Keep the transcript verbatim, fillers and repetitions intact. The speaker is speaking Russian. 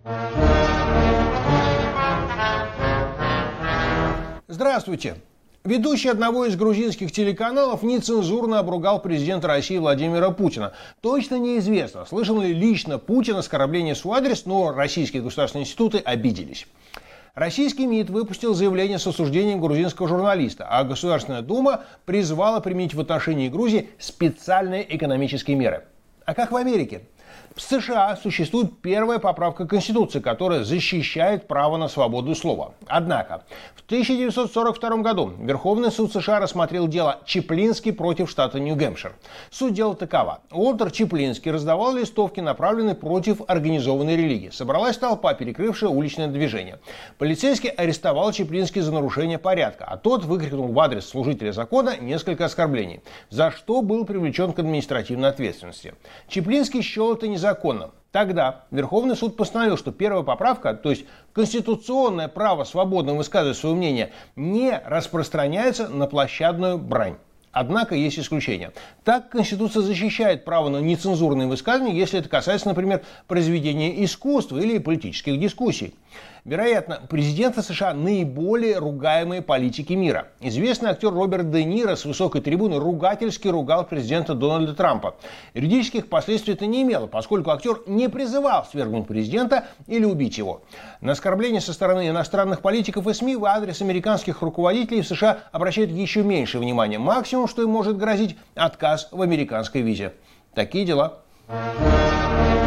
Здравствуйте! Ведущий одного из грузинских телеканалов нецензурно обругал президента России Владимира Путина. Точно неизвестно, слышал ли лично Путин оскорбление в свой адрес, но российские государственные институты обиделись. Российский МИД выпустил заявление с осуждением грузинского журналиста, а Государственная Дума призвала применить в отношении Грузии специальные экономические меры. А как в Америке? В США существует первая поправка Конституции, которая защищает право на свободу слова. Однако, в тысяча девятьсот сорок втором году Верховный суд США рассмотрел дело Чаплинский против штата Нью-Гэмпшир. Суть дела такова. Уолтер Чаплинский раздавал листовки, направленные против организованной религии. Собралась толпа, перекрывшая уличное движение. Полицейский арестовал Чаплинский за нарушение порядка, а тот выкрикнул в адрес служителя закона несколько оскорблений, за что был привлечен к административной ответственности. Чаплинский счел это незаконным. Законно. Тогда Верховный суд постановил, что первая поправка, то есть конституционное право свободно высказывать свое мнение, не распространяется на площадную брань. Однако есть исключения. Так, Конституция защищает право на нецензурные высказывания, если это касается, например, произведения искусства или политических дискуссий. Вероятно, президенты США наиболее ругаемые политики мира. Известный актер Роберт Де Ниро с высокой трибуны ругательски ругал президента Дональда Трампа. Юридических последствий это не имело, поскольку актер не призывал свергнуть президента или убить его. На оскорбления со стороны иностранных политиков и СМИ в адрес американских руководителей в США обращают еще меньше внимания. Максимум, что им может грозить, отказ в американской визе. Такие дела.